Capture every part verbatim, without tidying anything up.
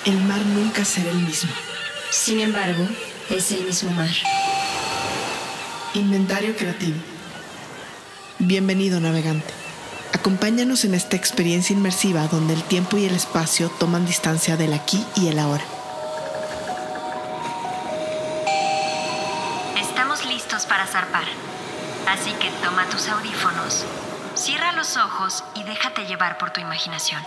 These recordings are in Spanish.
el mar nunca será el mismo. Sin embargo, es el mismo mar. Inventario creativo. Bienvenido, navegante. Acompáñanos en esta experiencia inmersiva donde el tiempo y el espacio toman distancia del aquí y el ahora. Estamos listos para zarpar. Así que toma tus audífonos, cierra los ojos y déjate llevar por tu imaginación.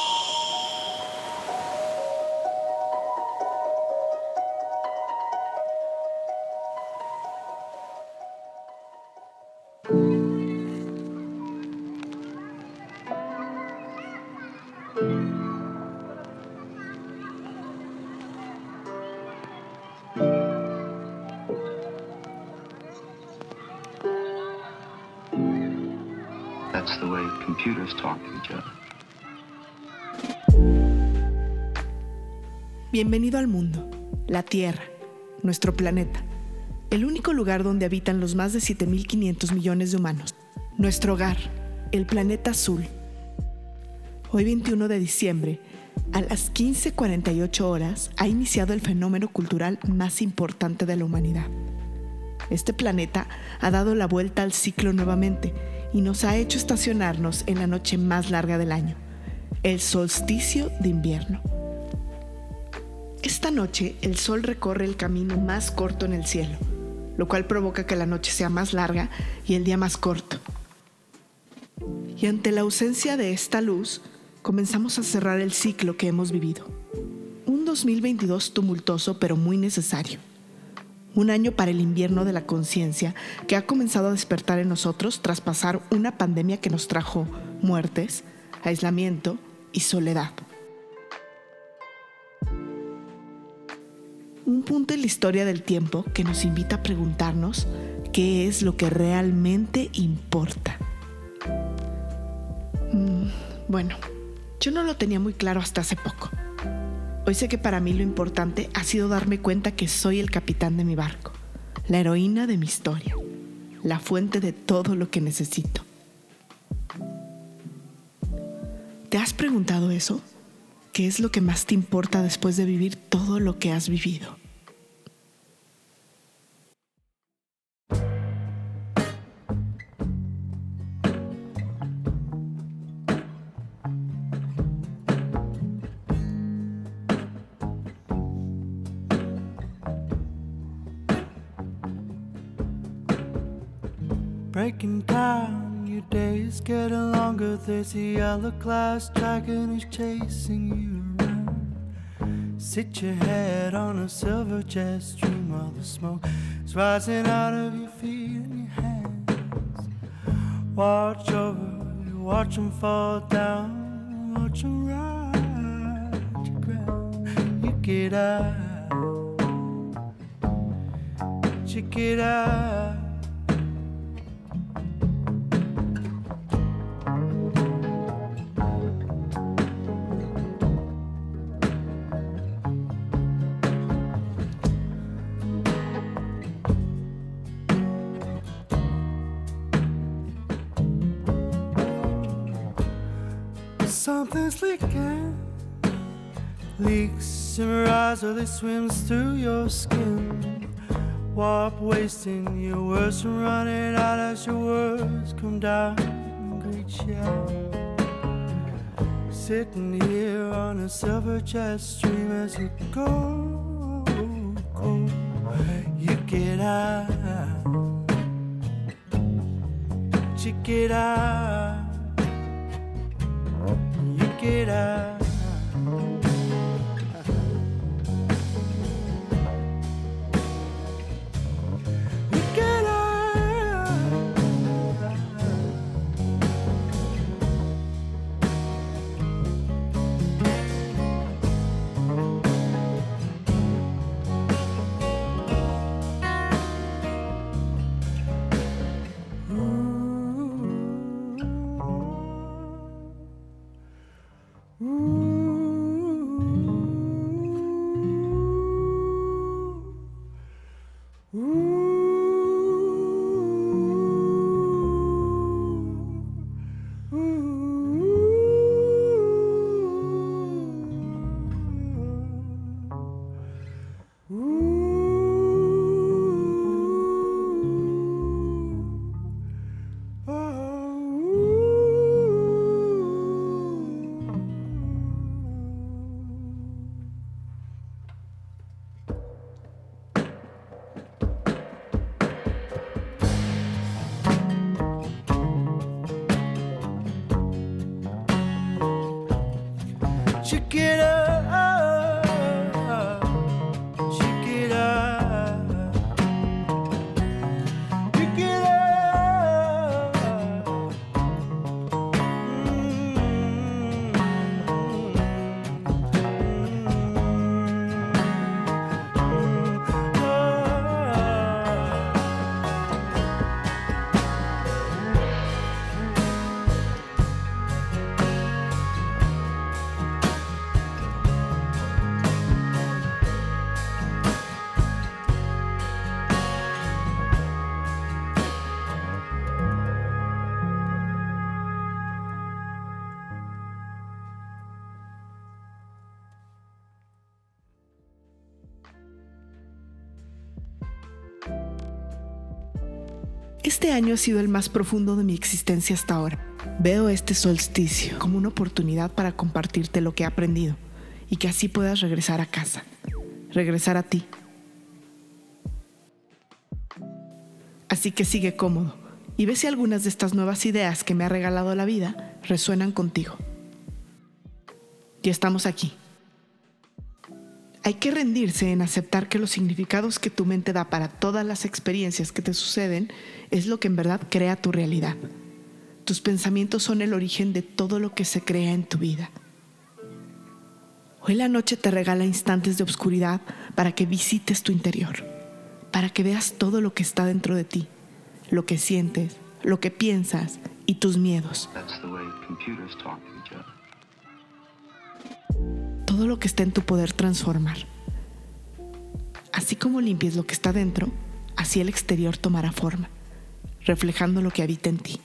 That's the way computers talk to each other. Bienvenido al mundo, la Tierra, nuestro planeta, el único lugar donde habitan los más de siete mil quinientos millones de humanos. Nuestro hogar, el planeta azul. Hoy veintiuno de diciembre, a las quince cuarenta y ocho horas, ha iniciado el fenómeno cultural más importante de la humanidad. Este planeta ha dado la vuelta al ciclo nuevamente y nos ha hecho estacionarnos en la noche más larga del año, el solsticio de invierno. Esta noche el sol recorre el camino más corto en el cielo, lo cual provoca que la noche sea más larga y el día más corto. Y ante la ausencia de esta luz, comenzamos a cerrar el ciclo que hemos vivido. Un dos mil veintidós tumultuoso pero muy necesario. Un año para el invierno de la conciencia que ha comenzado a despertar en nosotros tras pasar una pandemia que nos trajo muertes, aislamiento y soledad. Un punto en la historia del tiempo que nos invita a preguntarnos qué es lo que realmente importa. Mm, bueno, yo no lo tenía muy claro hasta hace poco. Hoy sé que para mí lo importante ha sido darme cuenta que soy el capitán de mi barco, la heroína de mi historia, la fuente de todo lo que necesito. ¿Te has preguntado eso? ¿Qué es lo que más te importa después de vivir todo lo que has vivido? Breaking down, your days getting longer. There's a yellow glass dragon who's chasing you around. Sit your head on a silver jet stream while the smoke is rising out of your feet and your hands. Watch over, you watch them fall down, watch them ride your ground. You get out, check it out. Something's leaking, leaks in your eyes or they swims through your skin. Warp wasting your words from running out as your words come down and greet you out. Sitting here on a silver jet stream as you go, go. You get out, check it out. Get out. You get out. Ooh. Ooh. Shake it up, shake it up, shake it up. Este año ha sido el más profundo de mi existencia hasta ahora. Veo este solsticio como una oportunidad para compartirte lo que he aprendido y que así puedas regresar a casa, regresar a ti. Así que sigue cómodo y ve si algunas de estas nuevas ideas que me ha regalado la vida resuenan contigo. Y estamos aquí. Hay que rendirse en aceptar que los significados que tu mente da para todas las experiencias que te suceden es lo que en verdad crea tu realidad. Tus pensamientos son el origen de todo lo que se crea en tu vida. Hoy la noche te regala instantes de oscuridad para que visites tu interior, para que veas todo lo que está dentro de ti, lo que sientes, lo que piensas y tus miedos. That's the way computers talk to each other. Todo lo que está en tu poder transformar. Así como limpies lo que está dentro, así el exterior tomará forma, reflejando lo que habita en ti.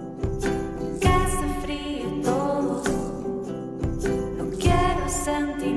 Sentir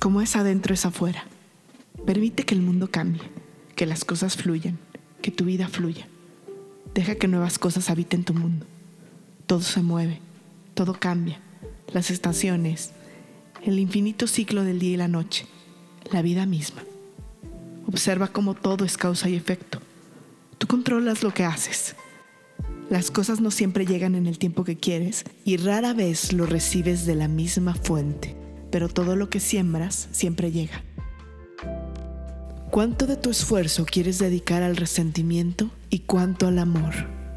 Como es adentro es afuera. Permite que el mundo cambie, que las cosas fluyan, que tu vida fluya. Deja que nuevas cosas habiten tu mundo. Todo se mueve, todo cambia. Las estaciones, el infinito ciclo del día y la noche, la vida misma. Observa cómo todo es causa y efecto. Tú controlas lo que haces. Las cosas no siempre llegan en el tiempo que quieres y rara vez lo recibes de la misma fuente, pero todo lo que siembras siempre llega. ¿Cuánto de tu esfuerzo quieres dedicar al resentimiento y cuánto al amor?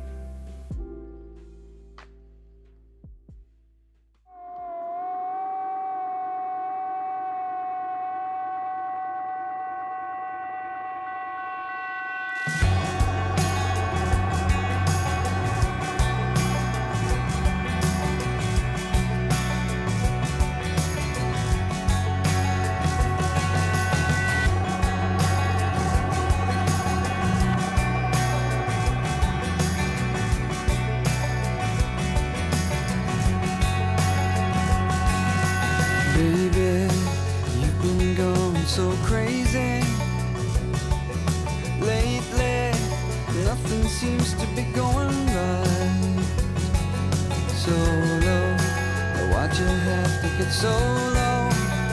So crazy lately, nothing seems to be going right. So low, why'd you have to get so low?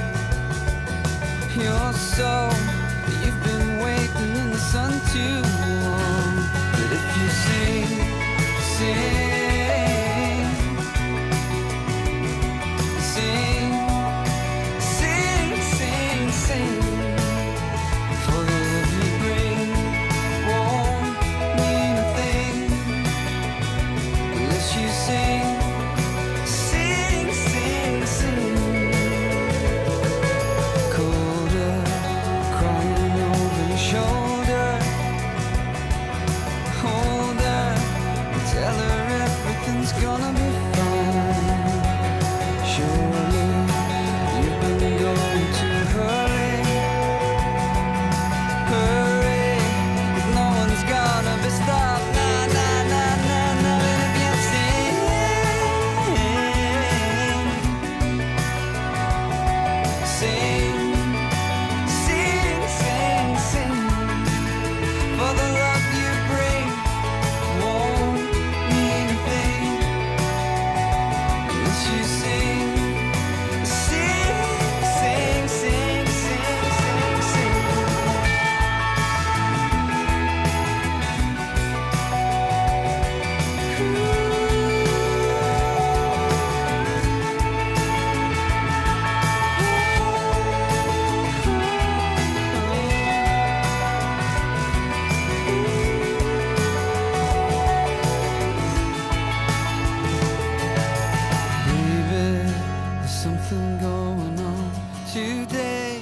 You're so, you've been waiting in the sun too long. But if you sing, sing, sing, gonna be fine. Surely you've been going too hurry, hurry. No one's gonna be stopped. Nah, nah, nah, nah, nah. And if you sing, sing, sing, sing, sing, for the love you bring won't mean a thing. You sing, sing, sing, sing, sing, sing, sing. Something going on today,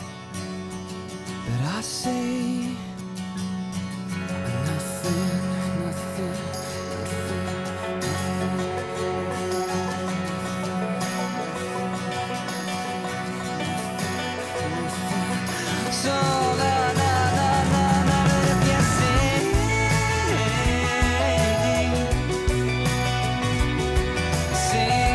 but I say nothing, nothing, nothing. So na na na na na, if you sing, sing.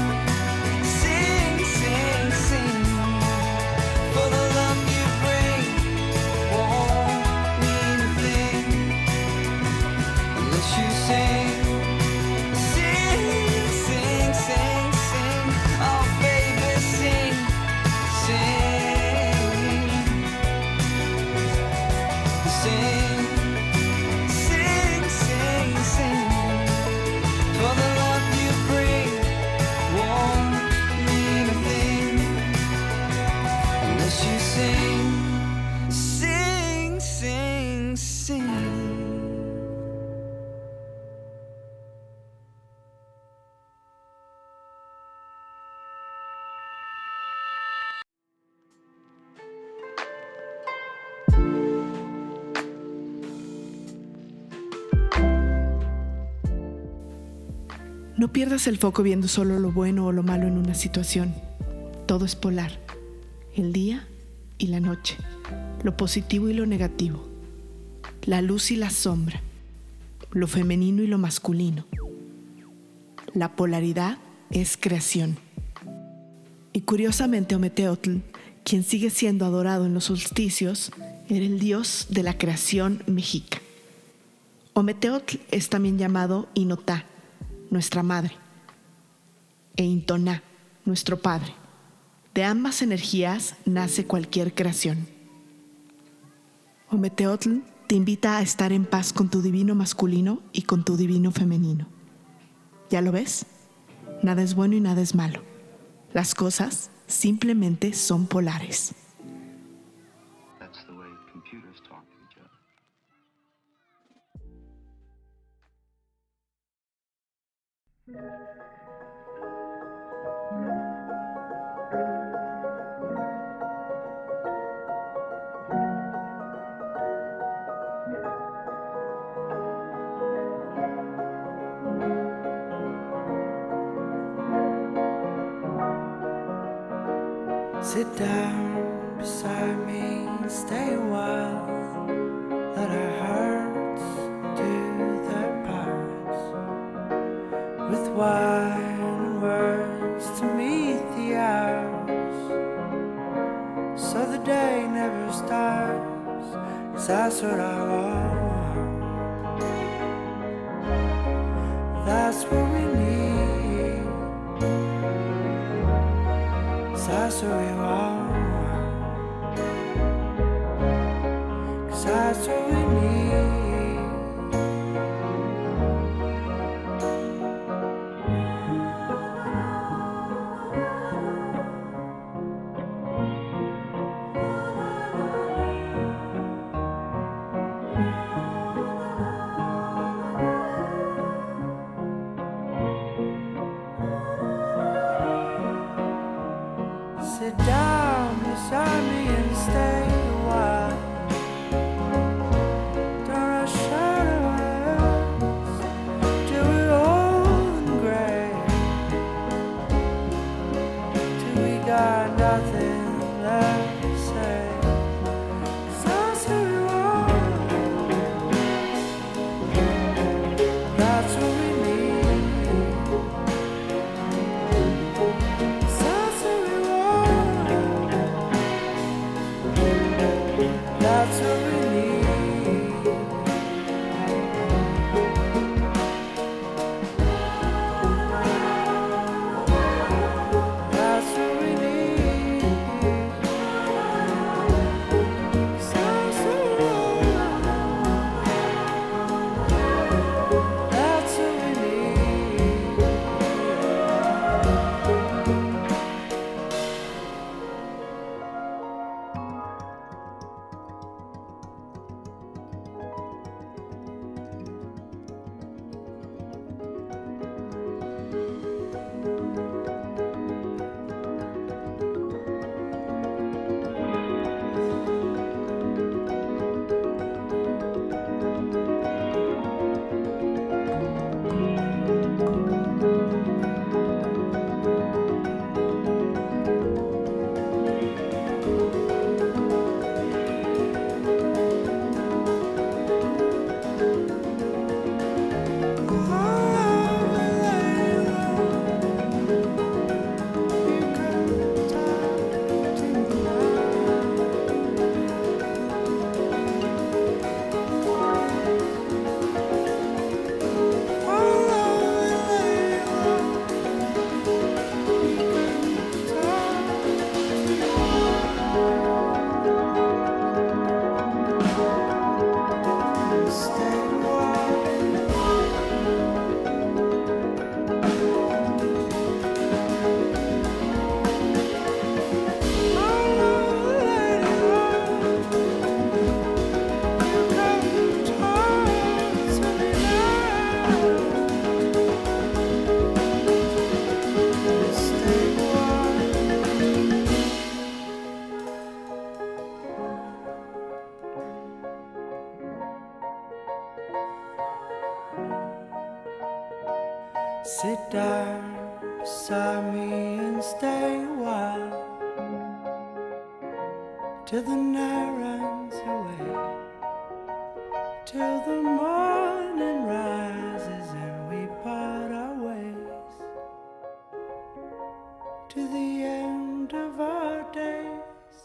No pierdas el foco viendo solo lo bueno o lo malo en una situación. Todo es polar. El día y la noche. Lo positivo y lo negativo. La luz y la sombra. Lo femenino y lo masculino. La polaridad es creación. Y curiosamente Ometeotl, quien sigue siendo adorado en los solsticios, era el dios de la creación mexica. Ometeotl es también llamado Inotá, nuestra madre, e Intoná, nuestro padre. De ambas energías nace cualquier creación. Ometeotl te invita a estar en paz con tu divino masculino y con tu divino femenino. ¿Ya lo ves? Nada es bueno y nada es malo. Las cosas simplemente son polares. That's the way computers talk to each other. Sit down beside me and stay a while. Let our hearts do their parts. With wine and words to meet the hours, so the day never starts. 'Cause that's what I want. That's what we need. 'Cause that's what we want. 'Cause that's what we need. Sit down beside me and stay a while. Don't rush out of us till we're old and gray, till we got nothing left to say. 'Cause that's what we want. That's what we need. 'Cause that's what we want. That's what we need. That's what we need. That's what we want. That's what we need. Sit down beside me and stay a while till the night runs away, till the morning rises and we part our ways, to the end of our days.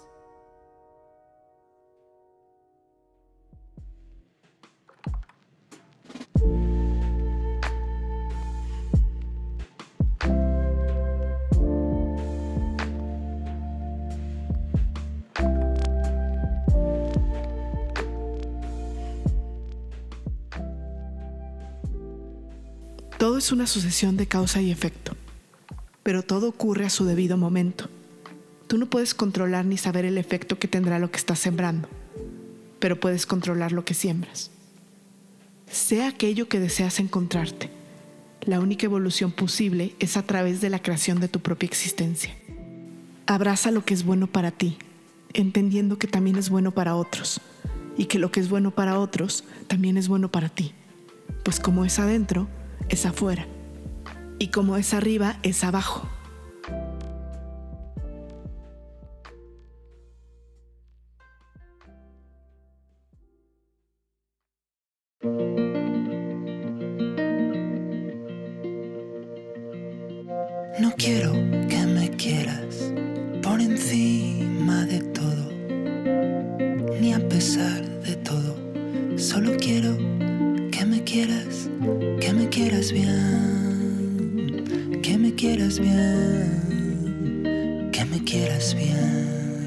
Todo es una sucesión de causa y efecto, pero todo ocurre a su debido momento. Tú no puedes controlar ni saber el efecto que tendrá lo que estás sembrando, pero puedes controlar lo que siembras. Sé aquello que deseas encontrarte. La única evolución posible es a través de la creación de tu propia existencia. Abraza lo que es bueno para ti, entendiendo que también es bueno para otros, y que lo que es bueno para otros también es bueno para ti, pues como es adentro, es afuera, y como es arriba, es abajo. No quiero que me quieras por encima de todo, ni a pesar de todo. Solo quiero que me quieras, que me quieras bien, que me quieras bien, que me quieras bien.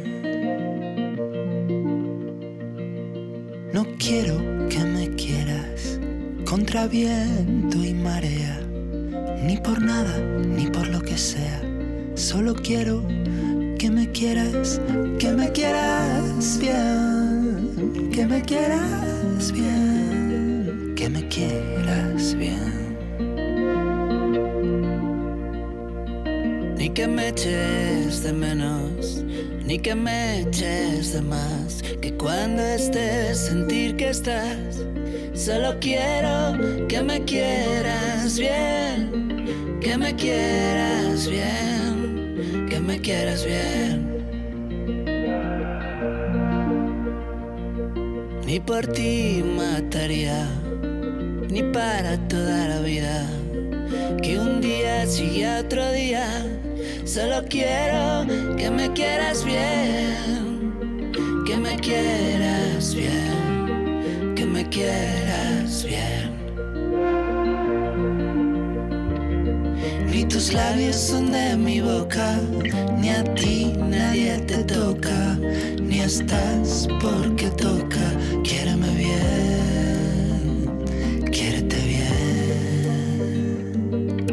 No quiero que me quieras contra viento y marea, ni por nada, ni por lo que sea. Solo quiero que me quieras, que me quieras bien, que me quieras bien, que me quieras bien. Ni que me eches de menos, ni que me eches de más, que cuando estés sentir que estás. Solo quiero que me quieras bien, que me quieras bien, que me quieras bien. Ni por ti mataría, ni para toda la vida, que un día sigue a otro día. Solo quiero que me quieras bien, que me quieras bien, que me quieras bien. Ni tus labios son de mi boca, ni a ti nadie te toca, ni estás porque toca. Quiéreme bien, quiérete bien.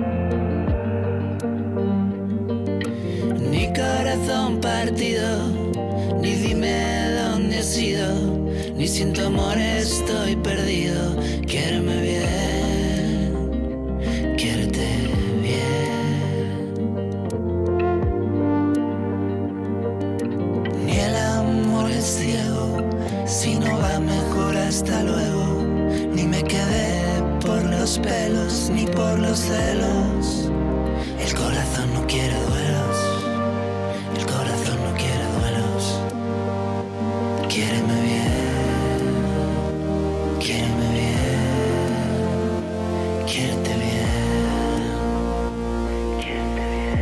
Ni corazón partido, ni dime dónde has ido, ni sin tu amor estoy perdido. Quiéreme bien, quiérete bien. Ni el amor es ciego, si no va mejor hasta luego. Ni me quedé por los pelos, ni por los celos. El corazón no quiere duelos, el corazón no quiere duelos. Quiéreme bien, quiéreme bien, quiérete bien, quiérete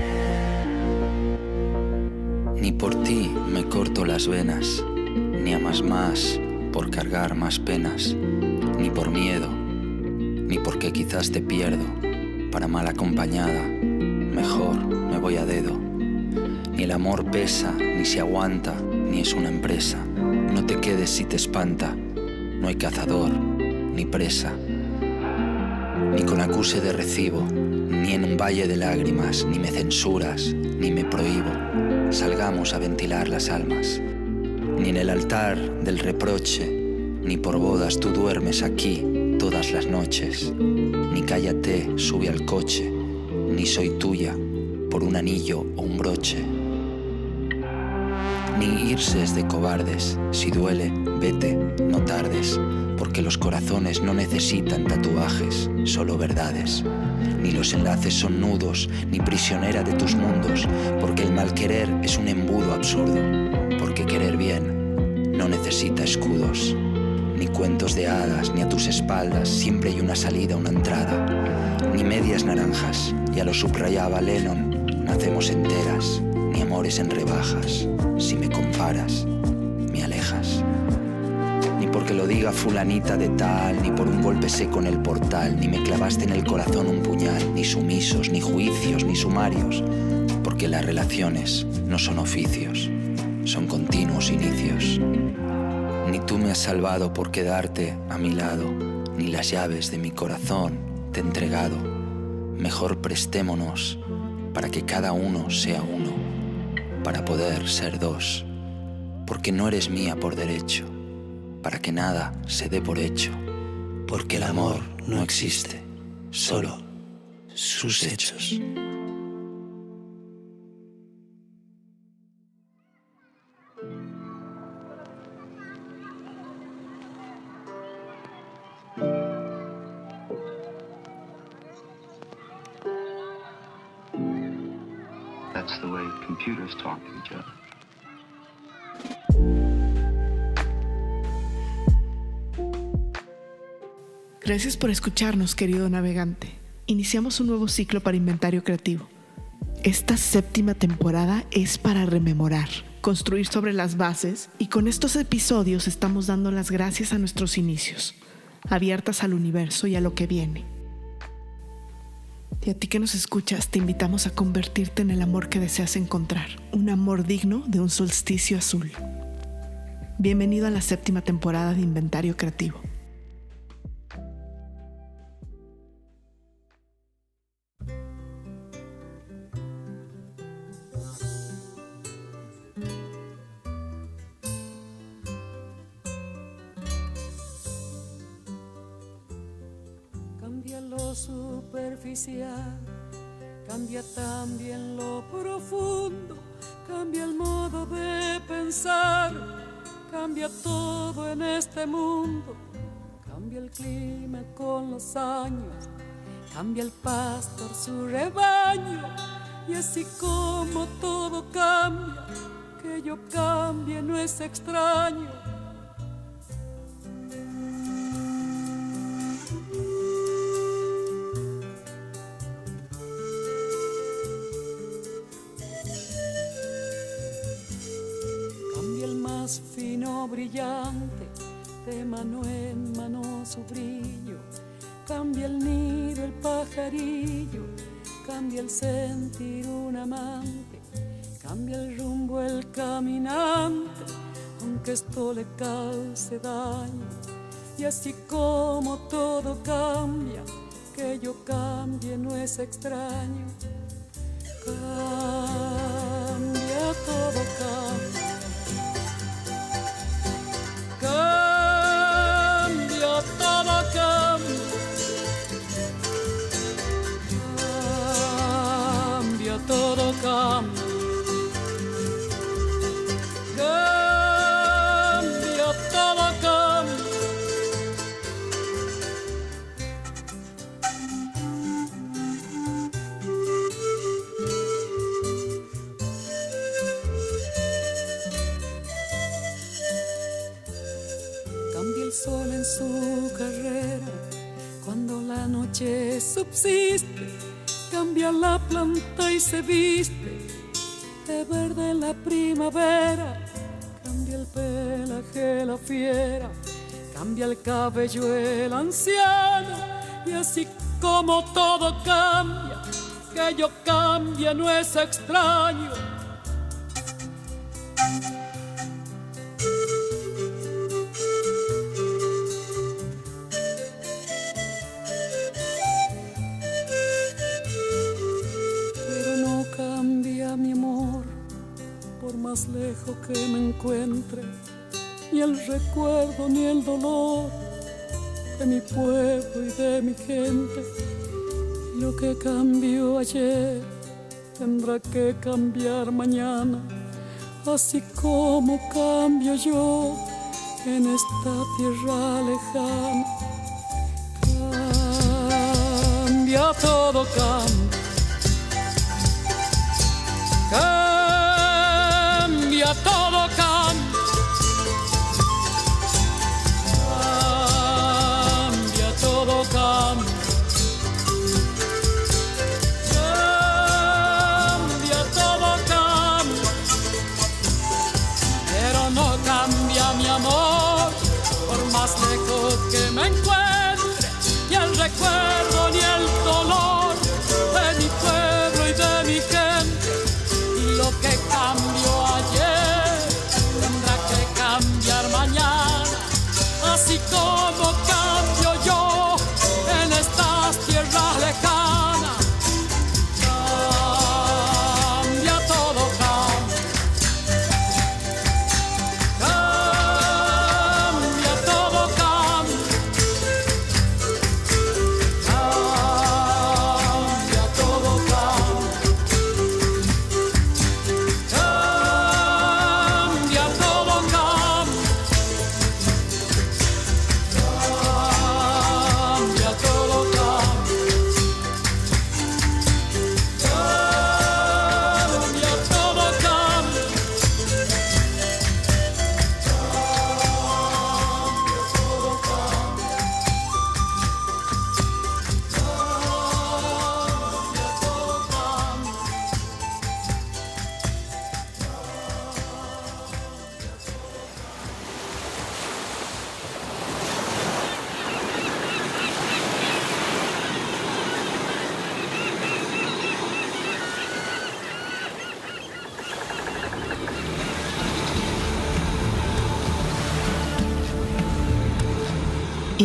bien. Ni por ti me corto las venas, ni amas más por cargar más penas, ni por miedo, ni porque quizás te pierdo. Para mal acompañada, mejor me voy a dedo. Ni el amor pesa, ni se aguanta, ni es una empresa. No te quedes si te espanta, no hay cazador, ni presa. Ni con acuse de recibo, ni en un valle de lágrimas, ni me censuras, ni me prohíbo. Salgamos a ventilar las almas. Ni en el altar del reproche, ni por bodas tú duermes aquí todas las noches. Ni cállate, sube al coche, ni soy tuya por un anillo o un broche. Ni irse es de cobardes, si duele, vete, no tardes, porque los corazones no necesitan tatuajes, solo verdades. Ni los enlaces son nudos, ni prisionera de tus mundos, porque el mal querer es un embudo absurdo, porque querer bien no necesita escudos. Ni cuentos de hadas, ni a tus espaldas siempre hay una salida, una entrada. Ni medias naranjas, ya lo subrayaba Lennon, nacemos enteras. Ni amores en rebajas, si me comparas, me alejas. Ni porque lo diga fulanita de tal, ni por un golpe seco en el portal, ni me clavaste en el corazón un puñal, ni sumisos, ni juicios, ni sumarios, porque las relaciones no son oficios, son continuos inicios. Ni tú me has salvado por quedarte a mi lado, ni las llaves de mi corazón totalmente entregado, mejor prestémonos para que cada uno sea uno, para poder ser dos, porque no eres mía por derecho, para que nada se dé por hecho, porque el amor no existe, solo sus hechos. That's the way computers talk to each other. Gracias por escucharnos, querido navegante. Iniciamos un nuevo ciclo para Inventario Creativo. Esta séptima temporada es para rememorar, construir sobre las bases, y con estos episodios estamos dando las gracias a nuestros inicios, abiertas al universo y a lo que viene. Y a ti que nos escuchas, te invitamos a convertirte en el amor que deseas encontrar, un amor digno de un solsticio azul. Bienvenido a la séptima temporada de Inventario Creativo. Cambia lo superficial, cambia también lo profundo, cambia el modo de pensar, cambia todo en este mundo, cambia el clima con los años, cambia el pastor su rebaño, y así como todo cambia, que yo cambie no es extraño. Fino brillante, de mano en mano su brillo, cambia el nido el pajarillo, cambia el sentir un amante, cambia el rumbo el caminante, aunque esto le cause daño. Y así como todo cambia, que yo cambie no es extraño. Cambia, todo cambia. Cambia, todo cambia. Cambia, todo cambia. Cambia, todo cambia. Cambia el sol en su carrera, cuando la noche subsiste, cambia la planta y se viste de verde la primavera, cambia el pelaje la fiera, cambia el cabello el anciano, y así como todo cambia, que yo cambie no es extraño. Más lejos que me encuentre, ni el recuerdo ni el dolor de mi pueblo y de mi gente. Lo que cambió ayer tendrá que cambiar mañana, así como cambio yo en esta tierra lejana. Cambia, todo cambia. Cambia, todo cambia. Cambia, todo cambia. Cambia, todo cambia. Pero no cambia mi amor, por más lejos que me encuentre, ni el recuerdo ni el dolor de mi pueblo y de mi gente. Y lo que cambió ayer tendrá que cambiar mañana, así como cambio yo en estas tierras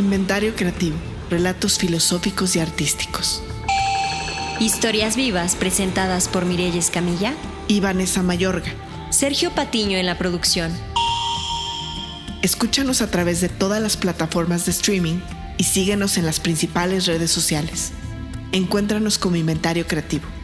Inventario Creativo, relatos filosóficos y artísticos. Historias vivas presentadas por Mireya Escamilla y Vanessa Mayorga. Sergio Patiño en la producción. Escúchanos a través de todas las plataformas de streaming y síguenos en las principales redes sociales. Encuéntranos como Inventario Creativo.